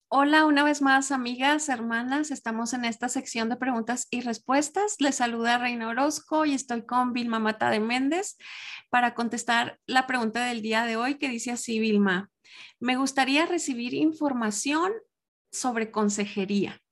Hola, una vez más, amigas, hermanas. Estamos en esta sección de preguntas y respuestas. Les saluda Reina Orozco y estoy con Vilma Mata de Méndez para contestar la pregunta del día de hoy que dice así, Vilma. Me gustaría recibir información sobre consejería.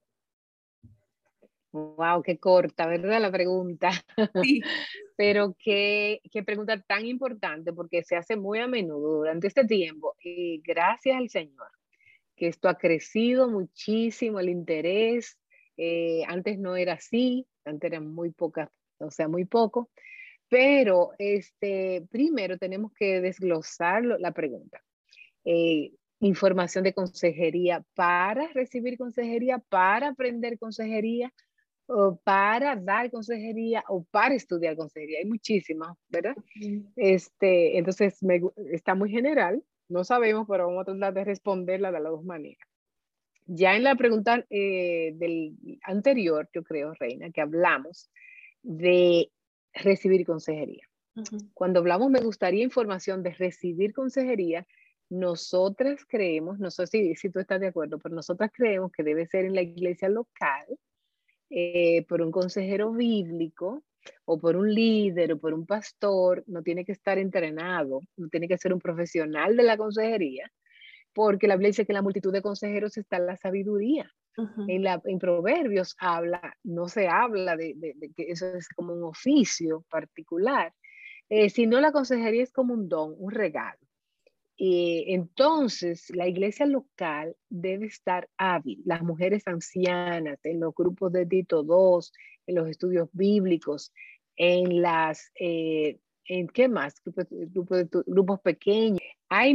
Wow, qué corta, ¿verdad? La pregunta. Sí. Pero qué pregunta tan importante porque se hace muy a menudo durante este tiempo. Y gracias al Señor, que esto ha crecido muchísimo, el interés. Antes no era así, antes eran muy pocas, o sea, muy poco. Pero primero tenemos que desglosar la pregunta. Información de consejería para recibir consejería, para aprender consejería o para dar consejería o para estudiar consejería. Hay muchísimas, ¿verdad? Entonces está muy general, no sabemos, pero vamos a tratar de responderla de las dos maneras. Ya en la pregunta del anterior, yo creo, Reina, que hablamos de recibir consejería. Ujú. Cuando hablamos, me gustaría información de recibir consejería. Nosotras creemos, no sé si tú estás de acuerdo, pero nosotras creemos que debe ser en la iglesia local, por un consejero bíblico o por un líder o por un pastor. No tiene que estar entrenado, no tiene que ser un profesional de la consejería, porque la Biblia dice que en la multitud de consejeros está la sabiduría. Ujú. En Proverbios no se habla de que eso es como un oficio particular, sino la consejería es como un don, un regalo. Entonces, la iglesia local debe estar hábil. Las mujeres ancianas, en los grupos de Tito II, en los estudios bíblicos, ¿en qué más? Grupos pequeños. Hay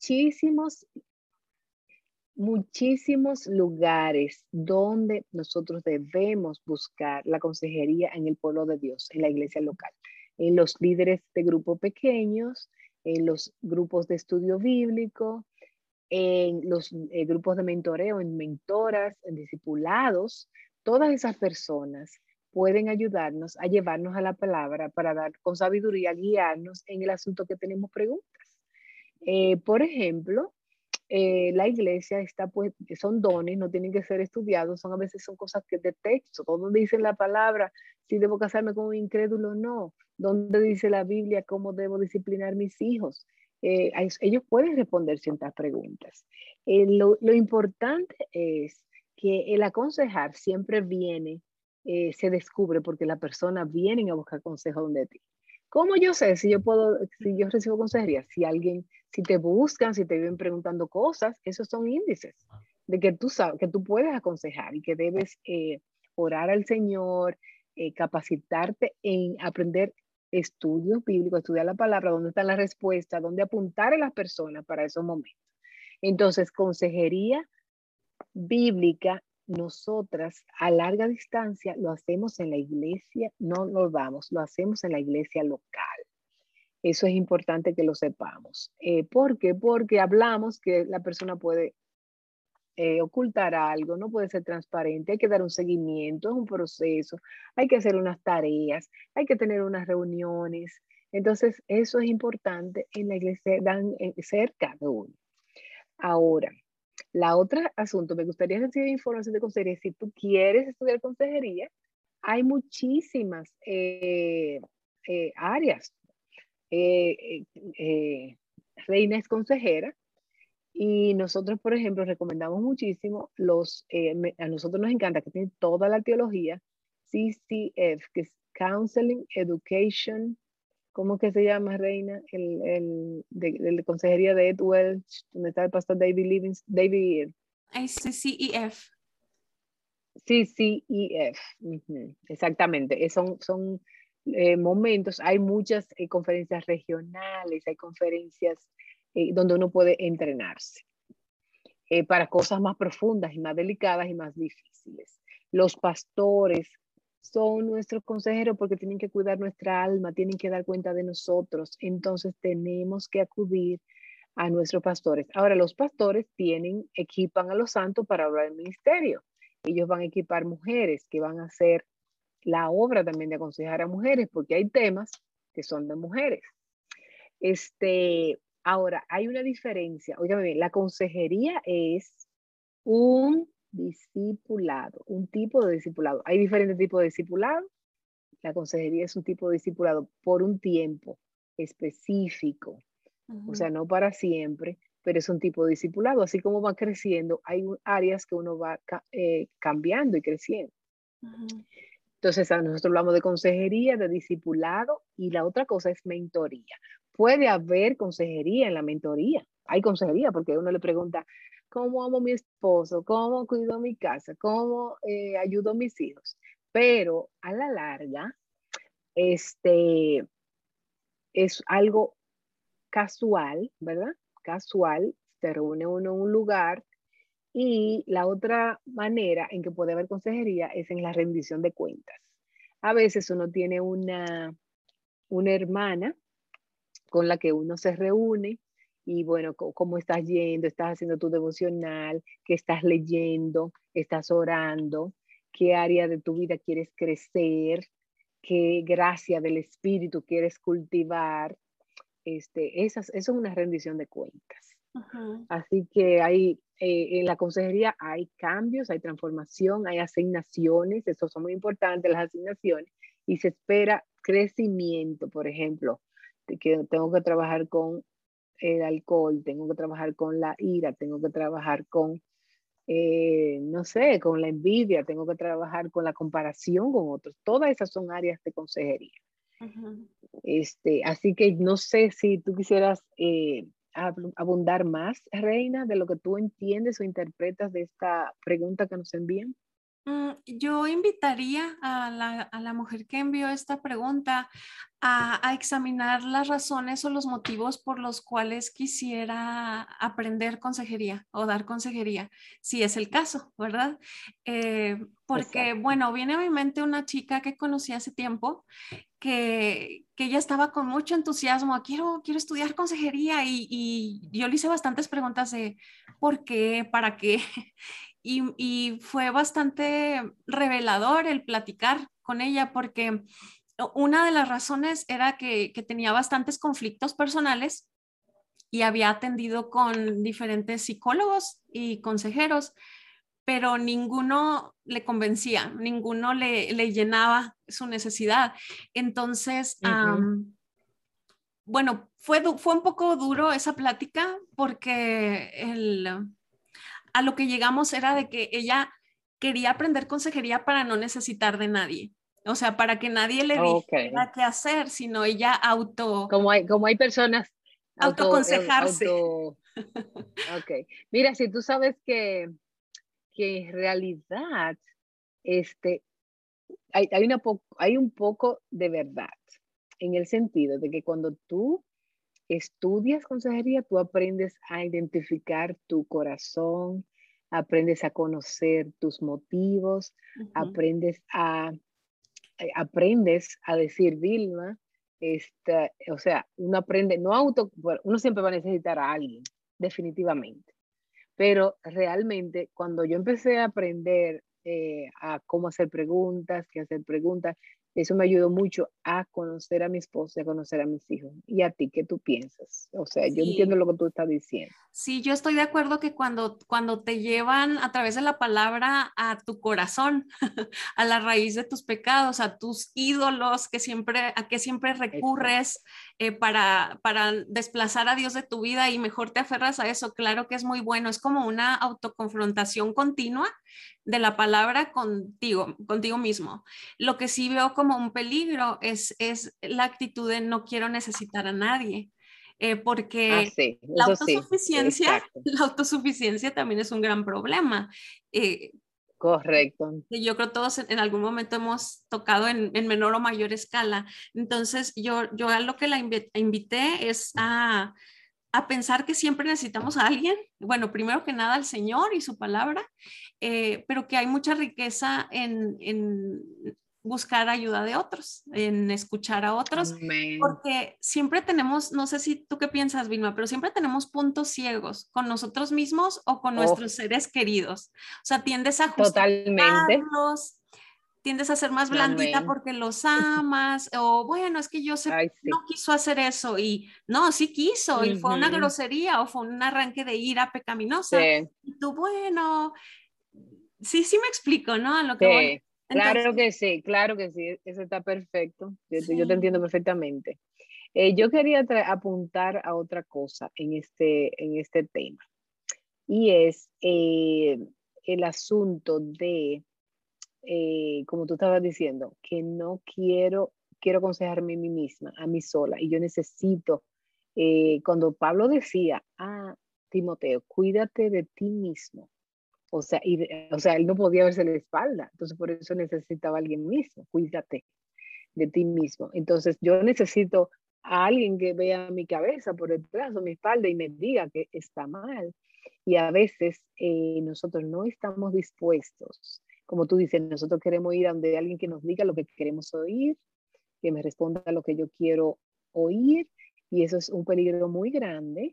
muchísimos lugares donde nosotros debemos buscar la consejería en el pueblo de Dios, en la iglesia local, en los líderes de grupos pequeños, en los grupos de estudio bíblico, en los grupos de mentoreo, en mentoras, en discipulados. Todas esas personas pueden ayudarnos a llevarnos a la palabra para dar con sabiduría, guiarnos en el asunto que tenemos preguntas. Por ejemplo, la iglesia está, pues, son dones, no tienen que ser estudiados, a veces son cosas que de texto, donde dice la palabra si debo casarme con un incrédulo o no, donde dice la Biblia cómo debo disciplinar mis hijos. Ellos pueden responder ciertas preguntas. Lo importante es que el aconsejar siempre viene, se descubre porque la persona viene a buscar consejo donde ti. ¿Cómo yo sé si yo recibo consejería? Si te buscan, si te vienen preguntando cosas, esos son índices de que tú sabes, que tú puedes aconsejar y que debes orar al Señor, capacitarte en aprender estudios bíblicos, estudiar la palabra, dónde está la respuesta, dónde apuntar a las personas para esos momentos. Entonces, consejería bíblica, nosotras a larga distancia lo hacemos en la iglesia, no nos vamos, lo hacemos en la iglesia local. Eso es importante que lo sepamos. ¿Por qué? Porque hablamos que la persona puede ocultar algo, no puede ser transparente, hay que dar un seguimiento, es un proceso, hay que hacer unas tareas, hay que tener unas reuniones. Entonces, eso es importante en la iglesia, cerca de uno. Ahora, la otra asunto, me gustaría recibir información de consejería. Si tú quieres estudiar consejería, hay muchísimas áreas. Eh, Reina es consejera y nosotros, por ejemplo, recomendamos muchísimo a nosotros nos encanta que tiene toda la teología, CCF, que es Counseling, Education, ¿cómo que se llama, Reina? De consejería de Ed Welch, donde está el pastor David. ICCEF. CCEF, exactamente. Son momentos, hay muchas conferencias regionales, hay conferencias donde uno puede entrenarse para cosas más profundas y más delicadas y más difíciles. Los pastores son nuestros consejeros porque tienen que cuidar nuestra alma, tienen que dar cuenta de nosotros, entonces tenemos que acudir a nuestros pastores. Ahora, los pastores equipan a los santos para obrar el ministerio. Ellos van a equipar mujeres que van a hacer la obra también de aconsejar a mujeres, porque hay temas que son de mujeres. Ahora, hay una diferencia. Óigame bien, la consejería es un discipulado, un tipo de discipulado. Hay diferentes tipos de discipulado. La consejería es un tipo de discipulado por un tiempo específico, o sea, no para siempre, pero es un tipo de discipulado. Así como va creciendo, hay áreas que uno va cambiando y creciendo. Entonces, nosotros hablamos de consejería, de discipulado, y la otra cosa es mentoría. Puede haber consejería en la mentoría. Hay consejería porque uno le pregunta, ¿cómo amo a mi esposo? ¿Cómo cuido mi casa? ¿Cómo ayudo a mis hijos? Pero a la larga, es algo casual, ¿verdad? Casual, se reúne uno en un lugar, y la otra manera en que puede haber consejería es en la rendición de cuentas. A veces uno tiene una hermana con la que uno se reúne y bueno, cómo estás yendo, estás haciendo tu devocional, qué estás leyendo, estás orando, qué área de tu vida quieres crecer, qué gracia del Espíritu quieres cultivar. Eso es una rendición de cuentas. Así que en la consejería hay cambios, hay transformación, hay asignaciones, eso son muy importantes las asignaciones, y se espera crecimiento. Por ejemplo, que tengo que trabajar con el alcohol, tengo que trabajar con la ira, tengo que trabajar con, no sé, con la envidia, tengo que trabajar con la comparación con otros. Todas esas son áreas de consejería. Así que no sé si tú quisieras abundar más, Reina, de lo que tú entiendes o interpretas de esta pregunta que nos envían. Yo invitaría a la mujer que envió esta pregunta a examinar las razones o los motivos por los cuales quisiera aprender consejería o dar consejería, si es el caso, ¿verdad? Porque, Exacto. bueno, viene a mi mente una chica que conocí hace tiempo que ella estaba con mucho entusiasmo, quiero estudiar consejería y yo le hice bastantes preguntas de ¿por qué? ¿Para qué? Y fue bastante revelador el platicar con ella porque una de las razones era que tenía bastantes conflictos personales y había atendido con diferentes psicólogos y consejeros, pero ninguno le convencía, ninguno le llenaba su necesidad. Entonces, bueno, fue un poco duro esa plática porque a lo que llegamos era de que ella quería aprender consejería para no necesitar de nadie. O sea, para que nadie le Ok. dijera qué hacer, sino ella Como hay personas autoaconsejarse. ok. Mira, si tú sabes que en realidad este, hay un poco de verdad, en el sentido de que cuando tú estudias consejería, tú aprendes a identificar tu corazón, aprendes a conocer tus motivos, aprendes a decir, Vilma, o sea, uno aprende, bueno, uno siempre va a necesitar a alguien, definitivamente. Pero realmente, cuando yo empecé a aprender a cómo hacer preguntas, qué hacer preguntas, eso me ayudó mucho a conocer a mi esposo y a conocer a mis hijos. ¿Y a ti qué tú piensas? O sea, yo entiendo Sí. lo que tú estás diciendo. Sí, yo estoy de acuerdo que cuando te llevan a través de la palabra a tu corazón, a la raíz de tus pecados, a tus ídolos a que siempre Exacto. recurres para desplazar a Dios de tu vida y mejor te aferras a eso, claro que es muy bueno. Es como una autoconfrontación continua de la palabra contigo mismo. Lo que sí veo como un peligro es la actitud de no quiero necesitar a nadie. Ah, Porque sí, eso sí, exacto, la autosuficiencia también es un gran problema. Eh, correcto. que yo creo todos en algún momento hemos tocado en menor o mayor escala. Entonces, yo a lo que la invité es a pensar que siempre necesitamos a alguien, bueno, primero que nada al Señor y su palabra, pero que hay mucha riqueza en buscar ayuda de otros, en escuchar a otros, Amén. porque siempre tenemos, no sé si tú qué piensas, Vilma, pero siempre tenemos puntos ciegos con nosotros mismos o con Oh, nuestros seres queridos. O sea, tiendes a totalmente. justificarlos, tiendes a ser más blandita Amén. porque los amas, o bueno, es que yo sé, Ay, no sí. quiso hacer eso y no, sí quiso y fue una Ujú. grosería o fue un arranque de ira pecaminosa. Sí, Y tú, bueno, sí, sí me explico, ¿no? A lo que voy. sí. Entonces, Claro que sí, eso está perfecto. Yo te entiendo sí, perfectamente. Yo quería apuntar a otra cosa en este tema, y es el asunto de, como tú estabas diciendo, que no quiero aconsejarme a mí misma, a mí sola, y yo necesito, cuando Pablo decía, Timoteo, cuídate de ti mismo. O sea, él no podía verse la espalda, entonces por eso necesitaba a alguien mismo, cuídate de ti mismo. Entonces yo necesito a alguien que vea mi cabeza por detrás o mi espalda y me diga que está mal. Y a veces nosotros no estamos dispuestos, como tú dices, nosotros queremos ir a donde alguien que nos diga lo que queremos oír, que me responda a lo que yo quiero oír, y eso es un peligro muy grande.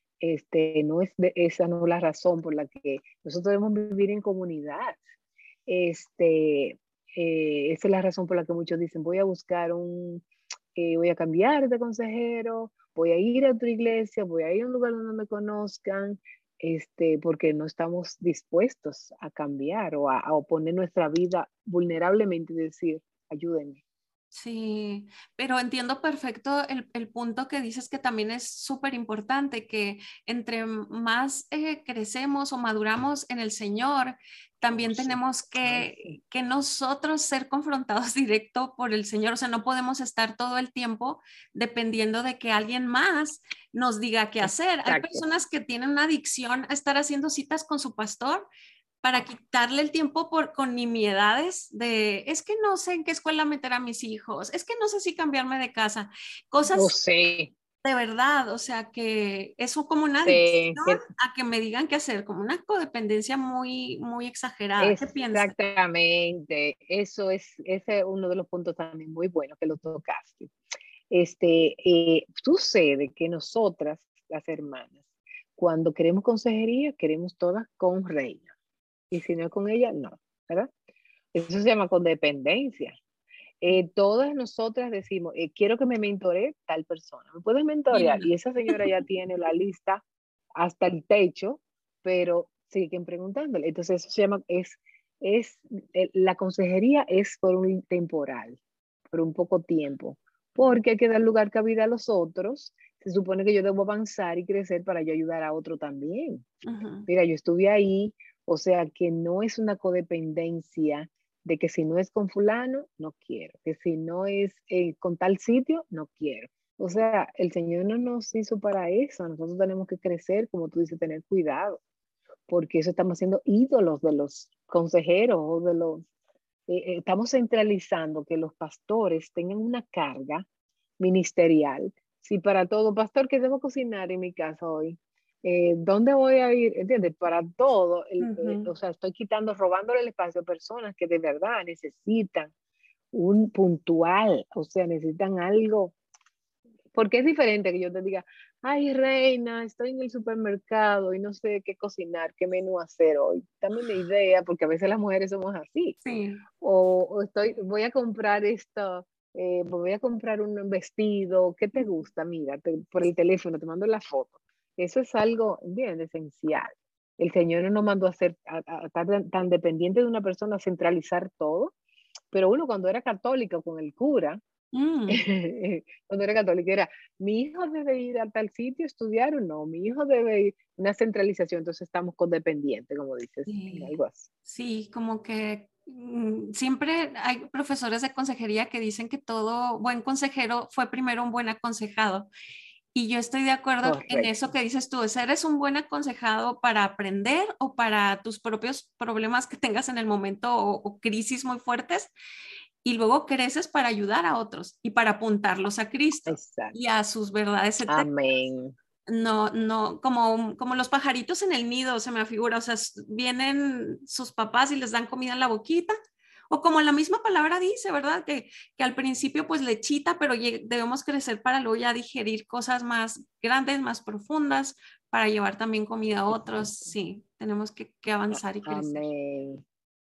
Esa no es la razón por la que nosotros debemos vivir en comunidad. Este, Esa es la razón por la que muchos dicen, voy a cambiar de consejero, voy a ir a otra iglesia, voy a ir a un lugar donde me conozcan, porque no estamos dispuestos a cambiar o a oponer nuestra vida vulnerablemente y decir, ayúdenme. sí, pero entiendo perfecto el punto que dices que también es súper importante, que entre más crecemos o maduramos en el Señor, Oh, también sí. tenemos Ay, sí. que nosotros ser confrontados directo por el Señor. O sea, no podemos estar todo el tiempo dependiendo de que alguien más nos diga qué hacer. Hay Exacto. personas que tienen una adicción a estar haciendo citas con su pastor para quitarle el tiempo con nimiedades de, es que no sé en qué escuela meter a mis hijos, es que no sé si cambiarme de casa, Oh, cosas sí. de verdad, o sea que eso como una adicción Sí, a que me digan qué hacer, como una codependencia muy, muy exagerada. ¿Qué piensas? exactamente. Ese es uno de los puntos también muy buenos que lo tocaste. Sucede que nosotras, las hermanas, cuando queremos consejería, queremos todas con Reina. Y si no es con ella, no, ¿verdad? Eso se llama codependencia. Todas nosotras decimos, quiero que me mentore tal persona. ¿Me puedes mentorear? Linda. Y esa señora ya tiene la lista hasta el techo, pero siguen preguntándole. Entonces eso se llama, la consejería es por un temporal, por un poco tiempo, porque hay que dar lugar, cabida a los otros. Se supone que yo debo avanzar y crecer para yo ayudar a otro también. Ujú. Mira, yo estuve ahí, o sea que no es una codependencia de que si no es con fulano, no quiero, que si no es con tal sitio, no quiero. O sea, el Señor no nos hizo para eso, nosotros tenemos que crecer, como tú dices, tener cuidado, porque eso estamos haciendo ídolos de los consejeros o estamos centralizando que los pastores tengan una carga ministerial. Si para todo, pastor, que debo cocinar en mi casa hoy, ¿dónde voy a ir? ¿Entiendes? Para todo, Ujú. o sea, estoy robándole el espacio a personas que de verdad necesitan un puntual, o sea, necesitan algo, porque es diferente que yo te diga, ay, reina, estoy en el supermercado y no sé qué cocinar, qué menú hacer hoy. Dame una idea, porque a veces las mujeres somos así. Sí, Voy a comprar esto, voy a comprar un vestido, ¿qué te gusta? Mira, por el teléfono te mando la foto. Eso es algo bien esencial. El Señor no nos mandó a estar tan dependiente de una persona, a centralizar todo, pero uno cuando era católico con el cura, mm, cuando era católica era, mi hijo debe ir a tal sitio a estudiar o no, mi hijo debe ir, una centralización, entonces estamos codependientes, como dices, en sí, algo así. sí, como que siempre hay profesores de consejería que dicen que todo buen consejero fue primero un buen aconsejado. Y yo estoy de acuerdo en eso Correcto. que dices tú, ¿eres un buen aconsejado para aprender o para tus propios problemas que tengas en el momento o crisis muy fuertes? Y luego creces para ayudar a otros y para apuntarlos a Cristo y Exacto. a sus verdades eternas. Amén. No, no, como los pajaritos en el nido, se me figura, o sea, vienen sus papás y les dan comida en la boquita, o como la misma palabra dice, ¿verdad? Que al principio pues lechita, pero debemos crecer para luego ya digerir cosas más grandes, más profundas, para llevar también comida a otros. Exacto. Sí, tenemos que avanzar y crecer. Amén.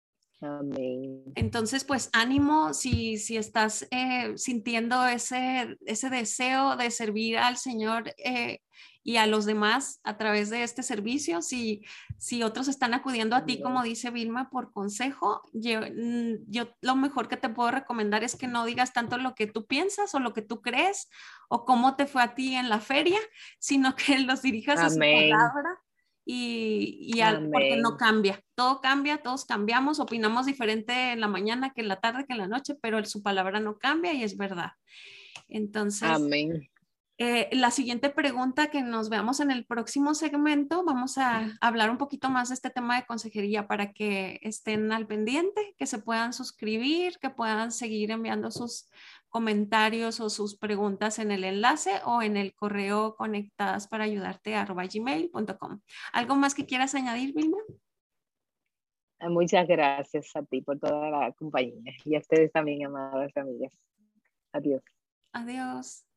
Amén. Entonces, pues ánimo si estás sintiendo ese deseo de servir al Señor y a los demás a través de este servicio, si otros están acudiendo a ti, Amén. como dice Vilma, por consejo, yo lo mejor que te puedo recomendar es que no digas tanto lo que tú piensas o lo que tú crees o cómo te fue a ti en la feria, sino que los dirijas a su Amén. palabra porque no Amén. cambia, todo cambia, todos cambiamos, opinamos diferente en la mañana que en la tarde que en la noche, pero su palabra no cambia y es verdad. Entonces, Amén. la siguiente pregunta, que nos veamos en el próximo segmento, vamos a hablar un poquito más de este tema de consejería para que estén al pendiente, que se puedan suscribir, que puedan seguir enviando sus comentarios o sus preguntas en el enlace o en el correo conectadasparayudarte@gmail.com. ¿Algo más que quieras añadir, Vilma? Muchas gracias a ti por toda la compañía y a ustedes también, amadas amigas. Adiós. Adiós.